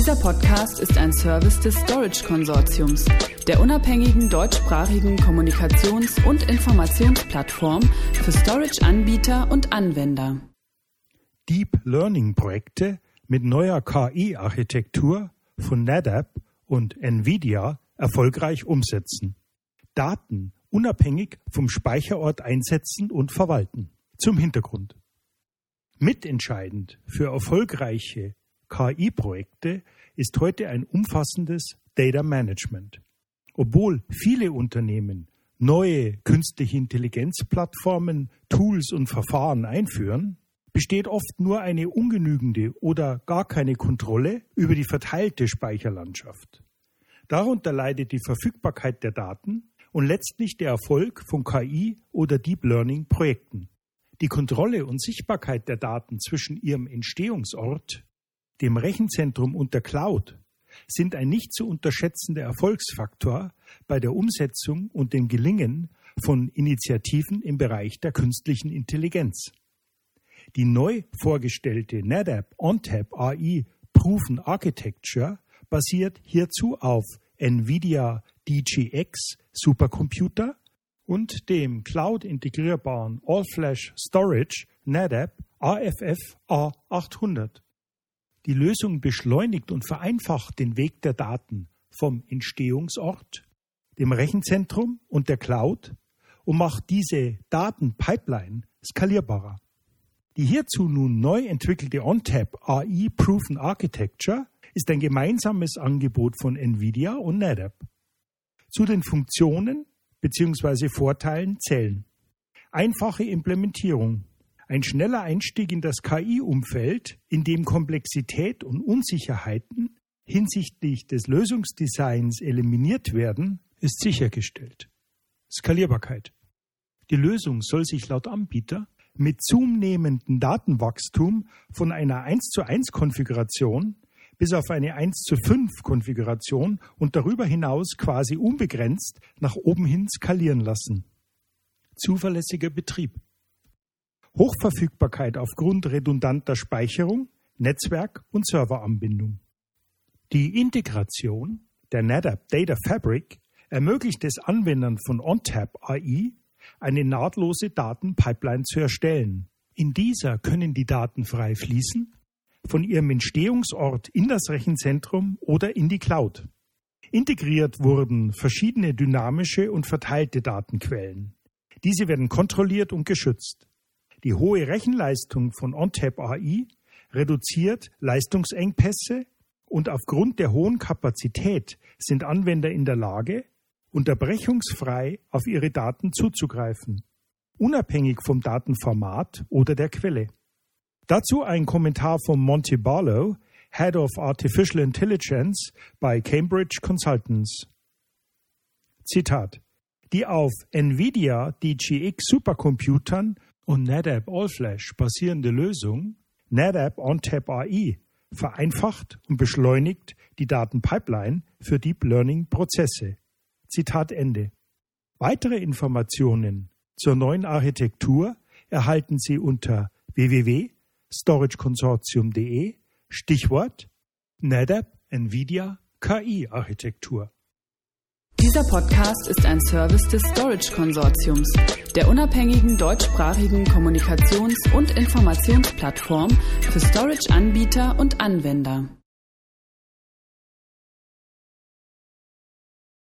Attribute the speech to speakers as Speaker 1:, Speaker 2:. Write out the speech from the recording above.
Speaker 1: Dieser Podcast ist ein Service des Storage Konsortiums, der unabhängigen deutschsprachigen Kommunikations- und Informationsplattform für Storage-Anbieter und Anwender.
Speaker 2: Deep Learning-Projekte mit neuer KI-Architektur von NetApp und NVIDIA erfolgreich umsetzen. Daten unabhängig vom Speicherort einsetzen und verwalten. Zum Hintergrund. Mitentscheidend für erfolgreiche KI-Projekte ist heute ein umfassendes Data Management. Obwohl viele Unternehmen neue künstliche Intelligenzplattformen, Tools und Verfahren einführen, besteht oft nur eine ungenügende oder gar keine Kontrolle über die verteilte Speicherlandschaft. Darunter leidet die Verfügbarkeit der Daten und letztlich der Erfolg von KI- oder Deep Learning-Projekten. Die Kontrolle und Sichtbarkeit der Daten zwischen ihrem Entstehungsort, dem Rechenzentrum und der Cloud sind ein nicht zu unterschätzender Erfolgsfaktor bei der Umsetzung und dem Gelingen von Initiativen im Bereich der künstlichen Intelligenz. Die neu vorgestellte NetApp ONTAP AI Proven Architecture basiert hierzu auf NVIDIA DGX Supercomputer und dem Cloud-integrierbaren All-Flash Storage NetApp AFF A800. Die Lösung beschleunigt und vereinfacht den Weg der Daten vom Entstehungsort, dem Rechenzentrum und der Cloud und macht diese Datenpipeline skalierbarer. Die hierzu nun neu entwickelte ONTAP AI Proven Architecture ist ein gemeinsames Angebot von NVIDIA und NetApp. Zu den Funktionen bzw. Vorteilen zählen: einfache Implementierung, ein schneller Einstieg in das KI-Umfeld, in dem Komplexität und Unsicherheiten hinsichtlich des Lösungsdesigns eliminiert werden, ist sichergestellt. Skalierbarkeit. Die Lösung soll sich laut Anbieter mit zunehmendem Datenwachstum von einer 1:1 Konfiguration bis auf eine 1:5 Konfiguration und darüber hinaus quasi unbegrenzt nach oben hin skalieren lassen. Zuverlässiger Betrieb. Hochverfügbarkeit aufgrund redundanter Speicherung, Netzwerk- und Serveranbindung. Die Integration der NetApp Data Fabric ermöglicht es Anwendern von ONTAP AI, eine nahtlose Datenpipeline zu erstellen. In dieser können die Daten frei fließen, von ihrem Entstehungsort in das Rechenzentrum oder in die Cloud. Integriert wurden verschiedene dynamische und verteilte Datenquellen. Diese werden kontrolliert und geschützt. Die hohe Rechenleistung von ONTAP AI reduziert Leistungsengpässe und aufgrund der hohen Kapazität sind Anwender in der Lage, unterbrechungsfrei auf ihre Daten zuzugreifen, unabhängig vom Datenformat oder der Quelle. Dazu ein Kommentar von Monty Barlow, Head of Artificial Intelligence bei Cambridge Consultants. Zitat: Die auf NVIDIA DGX Supercomputern und NetApp All-Flash basierende Lösung NetApp ONTAP AI vereinfacht und beschleunigt die Datenpipeline für Deep Learning Prozesse. Zitat Ende. Weitere Informationen zur neuen Architektur erhalten Sie unter www.storageconsortium.de, Stichwort NetApp NVIDIA KI-Architektur.
Speaker 1: Dieser Podcast ist ein Service des Storage Konsortiums, der unabhängigen deutschsprachigen Kommunikations- und Informationsplattform für Storage-Anbieter und Anwender.